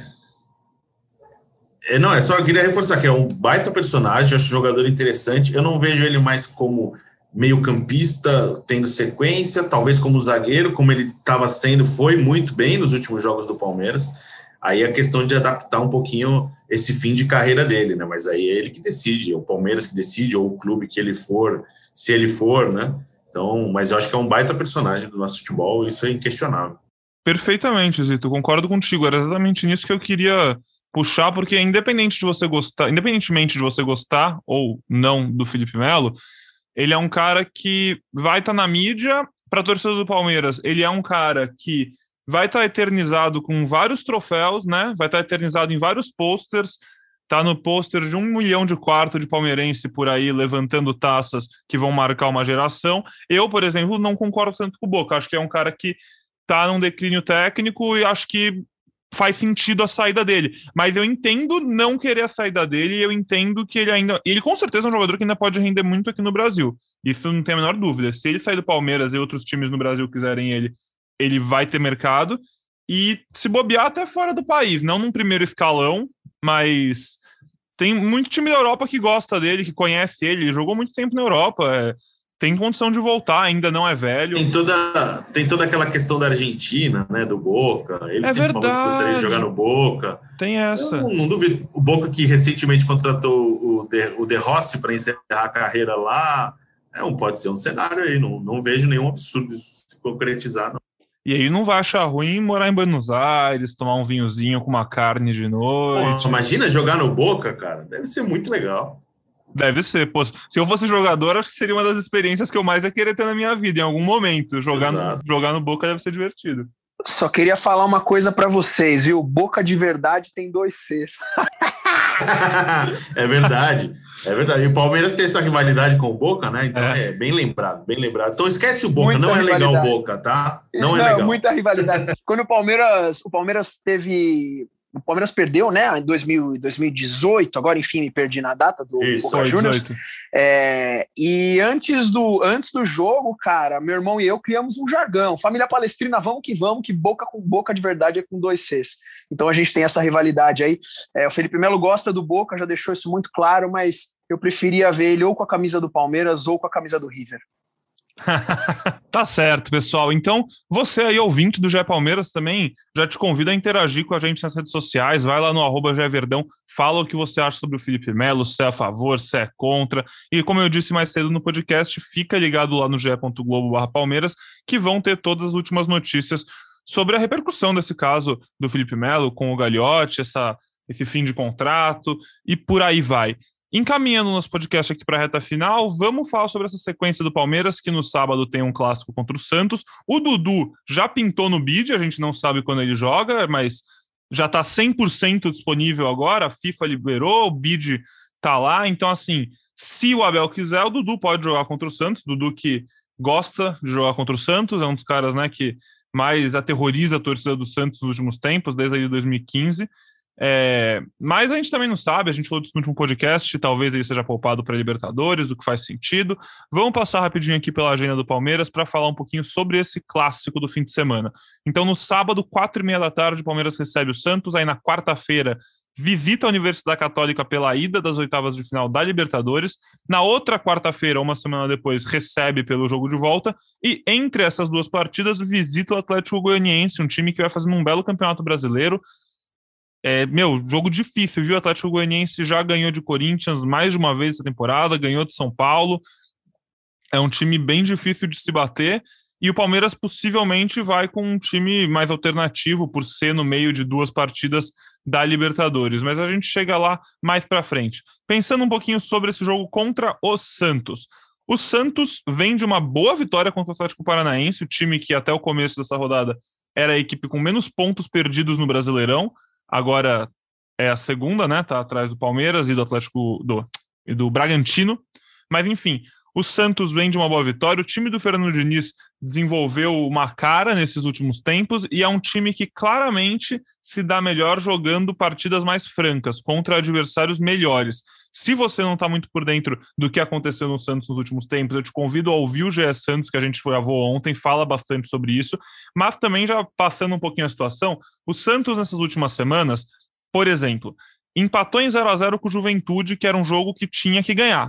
É. É, não, é só eu queria reforçar que é um baita personagem, acho um jogador interessante. Eu não vejo ele mais como meio campista, tendo sequência, talvez como zagueiro, como ele estava sendo, foi muito bem nos últimos jogos do Palmeiras. Aí é questão de adaptar um pouquinho esse fim de carreira dele, né? Mas aí é ele que decide, é o Palmeiras que decide, ou o clube que ele for, se ele for, né? Então, mas eu acho que é um baita personagem do nosso futebol, isso é inquestionável. Perfeitamente, Zito, concordo contigo. Era exatamente nisso que eu queria puxar, porque independente de você gostar, independentemente de você gostar ou não do Felipe Melo, ele é um cara que vai estar tá na mídia para a torcida do Palmeiras. Ele é um cara que vai estar tá eternizado com vários troféus, né? Vai estar tá eternizado em vários posters. Tá no pôster de um milhão de quarto de palmeirense por aí, levantando taças que vão marcar uma geração. Eu, por exemplo, não concordo tanto com o Boca. Acho que é um cara que tá num declínio técnico e acho que faz sentido a saída dele, mas eu entendo não querer a saída dele, e eu entendo que ele ainda, ele com certeza é um jogador que ainda pode render muito aqui no Brasil, isso não tem a menor dúvida. Se ele sair do Palmeiras e outros times no Brasil quiserem ele, ele vai ter mercado, e se bobear até fora do país, não num primeiro escalão, mas tem muito time da Europa que gosta dele, que conhece ele, ele jogou muito tempo na Europa, é, tem condição de voltar, ainda não é velho. Tem toda, tem toda aquela questão da Argentina, né, do Boca. Ele é sempre verdade. falou que gostaria de jogar no Boca. Tem essa. Eu não, não duvido. O Boca que recentemente contratou o De, o De Rossi para encerrar a carreira lá, é um, pode ser um cenário aí. Não, não vejo nenhum absurdo se concretizar, não. E aí não vai achar ruim morar em Buenos Aires, tomar um vinhozinho com uma carne de noite. Pô, imagina jogar no Boca, cara. Deve ser muito legal. Deve ser, pô. Se eu fosse jogador, acho que seria uma das experiências que eu mais ia querer ter na minha vida, em algum momento. Jogar, no, jogar no Boca deve ser divertido. Só queria falar uma coisa pra vocês, viu? Boca de verdade tem dois Cs. É verdade, é verdade. E o Palmeiras tem essa rivalidade com o Boca, né? Então é, é bem lembrado, bem lembrado. Então esquece o Boca, muita não é legal o Boca, tá? Não, não é legal. Muita rivalidade. Quando o Palmeiras, o Palmeiras teve... O Palmeiras perdeu, né, em dois mil, dois mil e dezoito, agora, enfim, me perdi na data do Isso, Boca Juniors. É, e antes do, antes do jogo, cara, meu irmão e eu criamos um jargão. Família Palestrina, vamos que vamos, que Boca com Boca de verdade é com dois Cs. Então a gente tem essa rivalidade aí. É, o Felipe Melo gosta do Boca, já deixou isso muito claro, mas eu preferia ver ele ou com a camisa do Palmeiras ou com a camisa do River. Tá certo, pessoal. Então, você aí, ouvinte do G E Palmeiras, também já te convido a interagir com a gente nas redes sociais. Vai lá no arroba G E Verdão, fala o que você acha sobre o Felipe Melo, se é a favor, se é contra. E como eu disse mais cedo no podcast, fica ligado lá no ge ponto globo barra palmeiras, que vão ter todas as últimas notícias sobre a repercussão desse caso do Felipe Melo com o Gagliotti, essa, esse fim de contrato e por aí vai. Encaminhando nosso podcast aqui para a reta final, vamos falar sobre essa sequência do Palmeiras, que no sábado tem um clássico contra o Santos. O Dudu já pintou no bid, a gente não sabe quando ele joga, mas já está cem por cento disponível agora, a FIFA liberou, o bid está lá. Então, assim, se o Abel quiser, o Dudu pode jogar contra o Santos. Dudu que gosta de jogar contra o Santos, é um dos caras, né, que mais aterroriza a torcida do Santos nos últimos tempos, desde aí dois mil e quinze. É, mas a gente também não sabe, a gente falou disso no último podcast, talvez ele seja poupado para Libertadores, o que faz sentido. Vamos passar rapidinho aqui pela agenda do Palmeiras para falar um pouquinho sobre esse clássico do fim de semana. Então no sábado, quatro e meia da tarde, o Palmeiras recebe o Santos. Aí na quarta-feira visita a Universidade Católica pela ida das oitavas de final da Libertadores. Na outra quarta-feira, uma semana depois, recebe pelo jogo de volta. E entre essas duas partidas, visita o Atlético Goianiense, um time que vai fazendo um belo campeonato brasileiro. É, meu, jogo difícil, viu? O Atlético Goianiense já ganhou de Corinthians mais de uma vez essa temporada, ganhou de São Paulo. É um time bem difícil de se bater. E o Palmeiras possivelmente vai com um time mais alternativo, por ser no meio de duas partidas da Libertadores. Mas a gente chega lá mais pra frente. Pensando um pouquinho sobre esse jogo contra o Santos. O Santos vem de uma boa vitória contra o Atlético Paranaense, o time que até o começo dessa rodada era a equipe com menos pontos perdidos no Brasileirão. Agora é a segunda, né? Tá atrás do Palmeiras e do Atlético do, e do Bragantino. Mas, enfim, o Santos vem de uma boa vitória. O time do Fernando Diniz desenvolveu uma cara nesses últimos tempos e é um time que claramente se dá melhor jogando partidas mais francas, contra adversários melhores. Se você não está muito por dentro do que aconteceu no Santos nos últimos tempos, eu te convido a ouvir o G E Santos, que a gente gravou ontem, fala bastante sobre isso, mas também já passando um pouquinho a situação, o Santos nessas últimas semanas, por exemplo, empatou em zero a zero com o Juventude, que era um jogo que tinha que ganhar.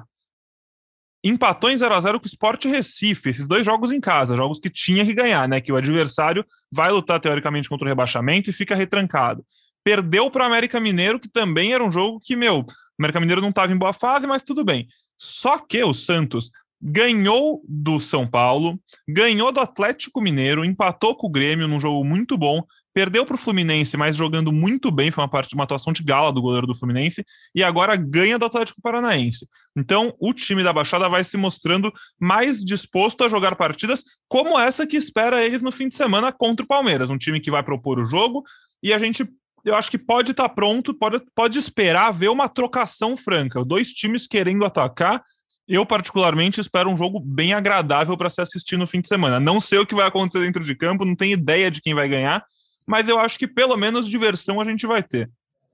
Empatou em zero a zero com o Sport Recife, esses dois jogos em casa, jogos que tinha que ganhar, né? Que o adversário vai lutar teoricamente contra o rebaixamento e fica retrancado. Perdeu para o América Mineiro, que também era um jogo que, meu, o América Mineiro não estava em boa fase, mas tudo bem. Só que o Santos ganhou do São Paulo, ganhou do Atlético Mineiro, empatou com o Grêmio num jogo muito bom, perdeu para o Fluminense, mas jogando muito bem, foi uma, parte, uma atuação de gala do goleiro do Fluminense, e agora ganha do Atlético Paranaense. Então, o time da Baixada vai se mostrando mais disposto a jogar partidas como essa que espera eles no fim de semana contra o Palmeiras, um time que vai propor o jogo, e a gente, eu acho que pode estar pronto, pode, pode esperar ver uma trocação franca, dois times querendo atacar. Eu, particularmente, espero um jogo bem agradável para se assistir no fim de semana. Não sei o que vai acontecer dentro de campo, não tenho ideia de quem vai ganhar, mas eu acho que pelo menos diversão a gente vai ter.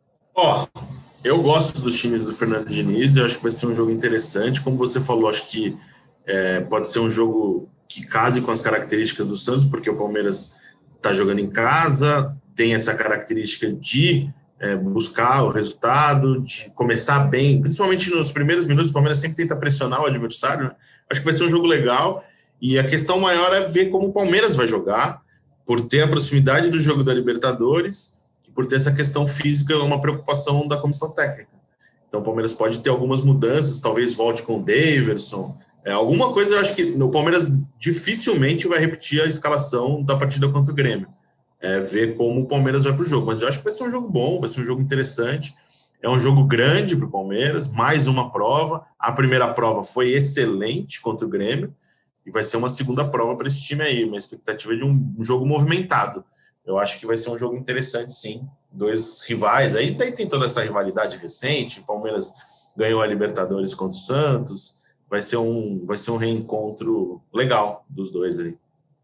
Ó, oh, eu gosto dos times do Fernando Diniz, eu acho que vai ser um jogo interessante. Como você falou, acho que é, pode ser um jogo que case com as características do Santos, porque o Palmeiras está jogando em casa, tem essa característica de É, buscar o resultado, de começar bem, principalmente nos primeiros minutos. O Palmeiras sempre tenta pressionar o adversário, né? Acho que vai ser um jogo legal, e a questão maior é ver como o Palmeiras vai jogar, por ter a proximidade do jogo da Libertadores, e por ter essa questão física, uma preocupação da comissão técnica. Então o Palmeiras pode ter algumas mudanças, talvez volte com o Daverson, é, alguma coisa. Eu acho que o Palmeiras dificilmente vai repetir a escalação da partida contra o Grêmio. É, ver como o Palmeiras vai para o jogo, mas eu acho que vai ser um jogo bom, vai ser um jogo interessante, é um jogo grande para o Palmeiras, mais uma prova. A primeira prova foi excelente contra o Grêmio, e vai ser uma segunda prova para esse time aí, uma expectativa de um, um jogo movimentado. Eu acho que vai ser um jogo interessante, sim, dois rivais, aí daí tem toda essa rivalidade recente, o Palmeiras ganhou a Libertadores contra o Santos, vai ser um, vai ser um reencontro legal dos dois aí.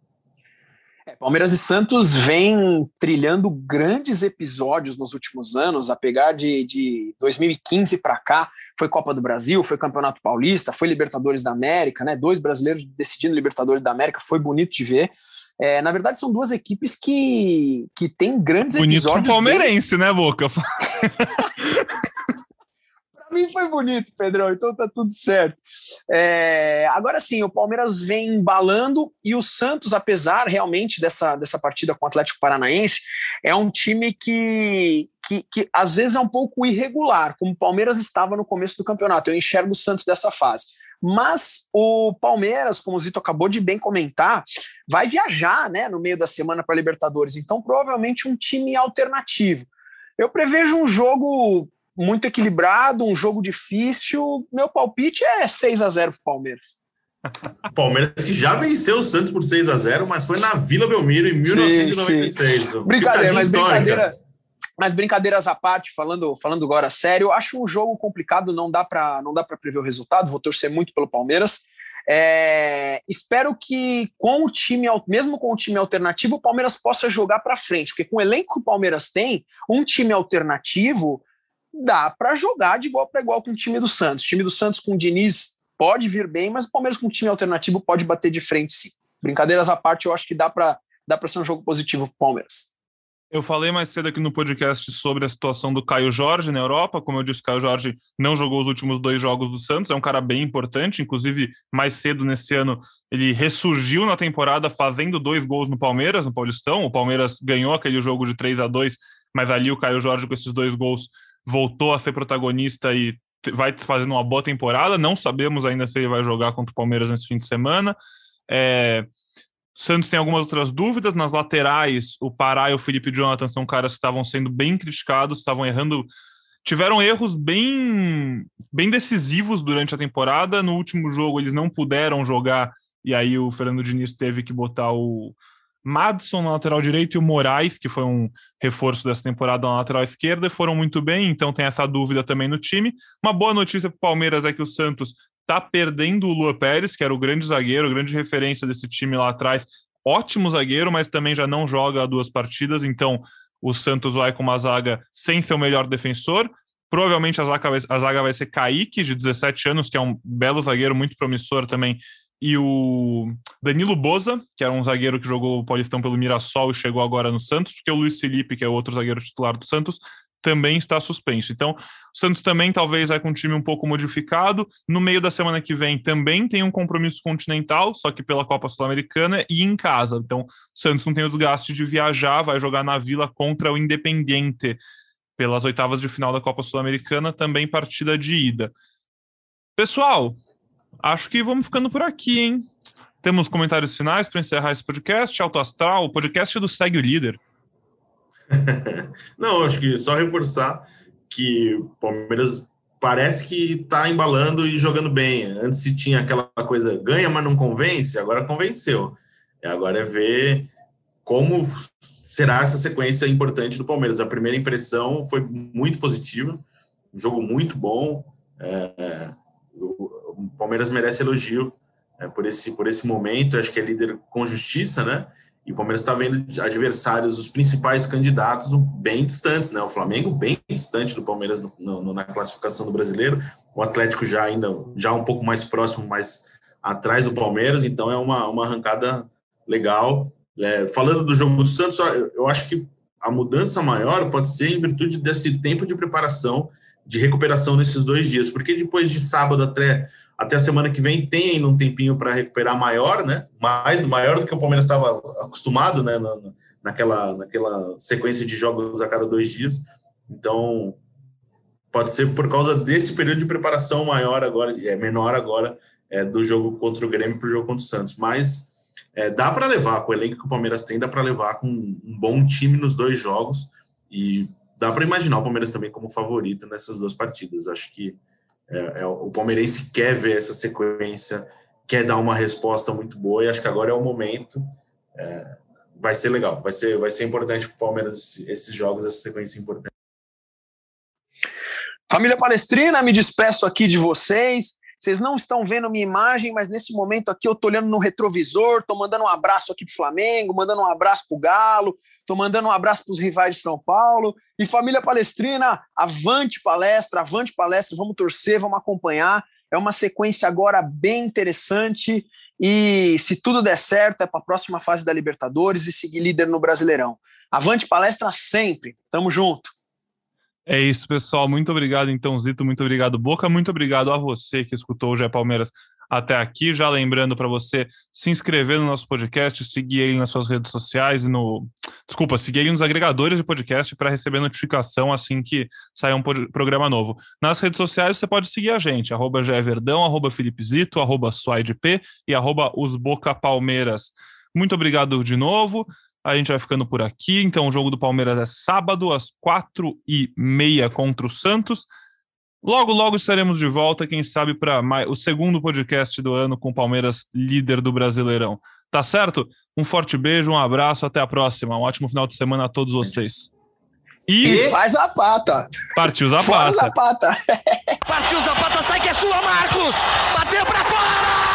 Palmeiras e Santos vêm trilhando grandes episódios nos últimos anos, a pegar de, de dois mil e quinze para cá, foi Copa do Brasil, foi Campeonato Paulista, foi Libertadores da América, né? Dois brasileiros decidindo Libertadores da América, foi bonito de ver. É, na verdade, são duas equipes que, que têm grandes bonito episódios. Bonito palmeirense, deles. Né, Boca? Para mim foi bonito, Pedrão, então tá tudo certo. É, agora sim, o Palmeiras vem embalando, e o Santos, apesar realmente dessa, dessa partida com o Atlético Paranaense, é um time que, que, que às vezes é um pouco irregular, como o Palmeiras estava no começo do campeonato. Eu enxergo o Santos dessa fase. Mas o Palmeiras, como o Zito acabou de bem comentar, vai viajar, né, no meio da semana para a Libertadores, então provavelmente um time alternativo. Eu prevejo um jogo muito equilibrado, um jogo difícil. Meu palpite é seis a zero para o Palmeiras. O Palmeiras que já venceu o Santos por seis a zero, mas foi na Vila Belmiro em mil novecentos e noventa e seis. Sim, sim. Brincadeira, mas brincadeira, mas brincadeiras à parte, falando, falando agora sério, eu acho um jogo complicado, não dá para não dá para prever o resultado, vou torcer muito pelo Palmeiras. É, espero que com o time, mesmo com o time alternativo, o Palmeiras possa jogar para frente, porque com o elenco que o Palmeiras tem, um time alternativo dá para jogar de igual para igual com o time do Santos. O time do Santos com o Diniz pode vir bem, mas o Palmeiras com um time alternativo pode bater de frente, sim. Brincadeiras à parte, eu acho que dá para dá para ser um jogo positivo para o Palmeiras. Eu falei mais cedo aqui no podcast sobre a situação do Caio Jorge na Europa. Como eu disse, o Caio Jorge não jogou os últimos dois jogos do Santos, é um cara bem importante, inclusive mais cedo nesse ano ele ressurgiu na temporada fazendo dois gols no Palmeiras, no Paulistão. O Palmeiras ganhou aquele jogo de três a dois, mas ali o Caio Jorge com esses dois gols voltou a ser protagonista e vai fazendo uma boa temporada. Não sabemos ainda se ele vai jogar contra o Palmeiras nesse fim de semana. É... O Santos tem algumas outras dúvidas. Nas laterais, o Pará e o Felipe Jonathan são caras que estavam sendo bem criticados, estavam errando, tiveram erros bem, bem decisivos durante a temporada. No último jogo eles não puderam jogar, e aí o Fernando Diniz teve que botar o, Madison na lateral direito e o Moraes, que foi um reforço dessa temporada na lateral esquerda, foram muito bem, então tem essa dúvida também no time. Uma boa notícia para o Palmeiras é que o Santos está perdendo o Lua Pérez, que era o grande zagueiro, grande referência desse time lá atrás. Ótimo zagueiro, mas também já não joga há duas partidas, então o Santos vai com uma zaga sem seu melhor defensor. Provavelmente a zaga vai, a zaga vai ser Kaique, de dezessete anos, que é um belo zagueiro, muito promissor também, e o Danilo Boza, que era um zagueiro que jogou o Paulistão pelo Mirassol e chegou agora no Santos, porque o Luiz Felipe, que é o outro zagueiro titular do Santos, também está suspenso. Então, o Santos também talvez vai com um time um pouco modificado. No meio da semana que vem também tem um compromisso continental, só que pela Copa Sul-Americana e em casa. Então, o Santos não tem o desgaste de viajar, vai jogar na Vila contra o Independiente pelas oitavas de final da Copa Sul-Americana, também partida de ida. Pessoal, acho que vamos ficando por aqui, hein? Temos comentários finais para encerrar esse podcast. Alto Astral, o podcast do Segue o Líder. Não, acho que só reforçar que o Palmeiras parece que está embalando e jogando bem. Antes se tinha aquela coisa, ganha, mas não convence, agora convenceu. Agora é ver como será essa sequência importante do Palmeiras. A primeira impressão foi muito positiva, um jogo muito bom. É, o Palmeiras merece elogio é, por, esse, por esse momento. Acho que é líder com justiça, né? E o Palmeiras está vendo adversários, os principais candidatos, bem distantes, né? O Flamengo bem distante do Palmeiras no, no, na classificação do Brasileiro, o Atlético já ainda já um pouco mais próximo, mais atrás do Palmeiras, então é uma, uma arrancada legal. É, falando do jogo do Santos, eu acho que a mudança maior pode ser em virtude desse tempo de preparação, de recuperação nesses dois dias, porque depois de sábado até, até a semana que vem tem ainda um tempinho para recuperar maior, né? Mais, maior do que o Palmeiras estava acostumado, né? Na, naquela, naquela sequência de jogos a cada dois dias. Então, pode ser por causa desse período de preparação maior agora, é menor agora, é, do jogo contra o Grêmio para o jogo contra o Santos. Mas é, dá para levar, com o elenco que o Palmeiras tem, dá para levar com um bom time nos dois jogos e dá para imaginar o Palmeiras também como favorito nessas duas partidas. Acho que é, é, o palmeirense quer ver essa sequência, quer dar uma resposta muito boa, e acho que agora é o momento. É, vai ser legal, vai ser, vai ser importante para o Palmeiras esses jogos, essa sequência importante. Família Palestrina, me despeço aqui de vocês. Vocês não estão vendo minha imagem, mas nesse momento aqui eu tô olhando no retrovisor, tô mandando um abraço aqui pro Flamengo, mandando um abraço pro Galo, tô mandando um abraço pros rivais de São Paulo. E Família Palestrina, avante palestra, avante palestra, vamos torcer, vamos acompanhar. É uma sequência agora bem interessante e se tudo der certo é para a próxima fase da Libertadores e seguir líder no Brasileirão. Avante palestra sempre, tamo junto. É isso, pessoal. Muito obrigado, então, Zito. Muito obrigado, Boca. Muito obrigado a você que escutou o G E Palmeiras até aqui. Já lembrando para você se inscrever no nosso podcast, seguir ele nas suas redes sociais e no... Desculpa, seguir ele nos agregadores de podcast para receber notificação assim que sair um programa novo. Nas redes sociais você pode seguir a gente, arroba Geverdão, arroba Felipe Zito, arroba SuaideP e arroba os Boca Palmeiras. Muito obrigado de novo. A gente vai ficando por aqui. Então o jogo do Palmeiras é sábado às quatro e meia contra o Santos. Logo, logo estaremos de volta, quem sabe, para o segundo podcast do ano com o Palmeiras líder do Brasileirão. Tá certo? Um forte beijo, um abraço, até a próxima. Um ótimo final de semana a todos vocês. E, e faz a pata. Partiu Zapata. Faz a pata. Partiu Zapata, sai que é sua, Marcos! Bateu pra fora!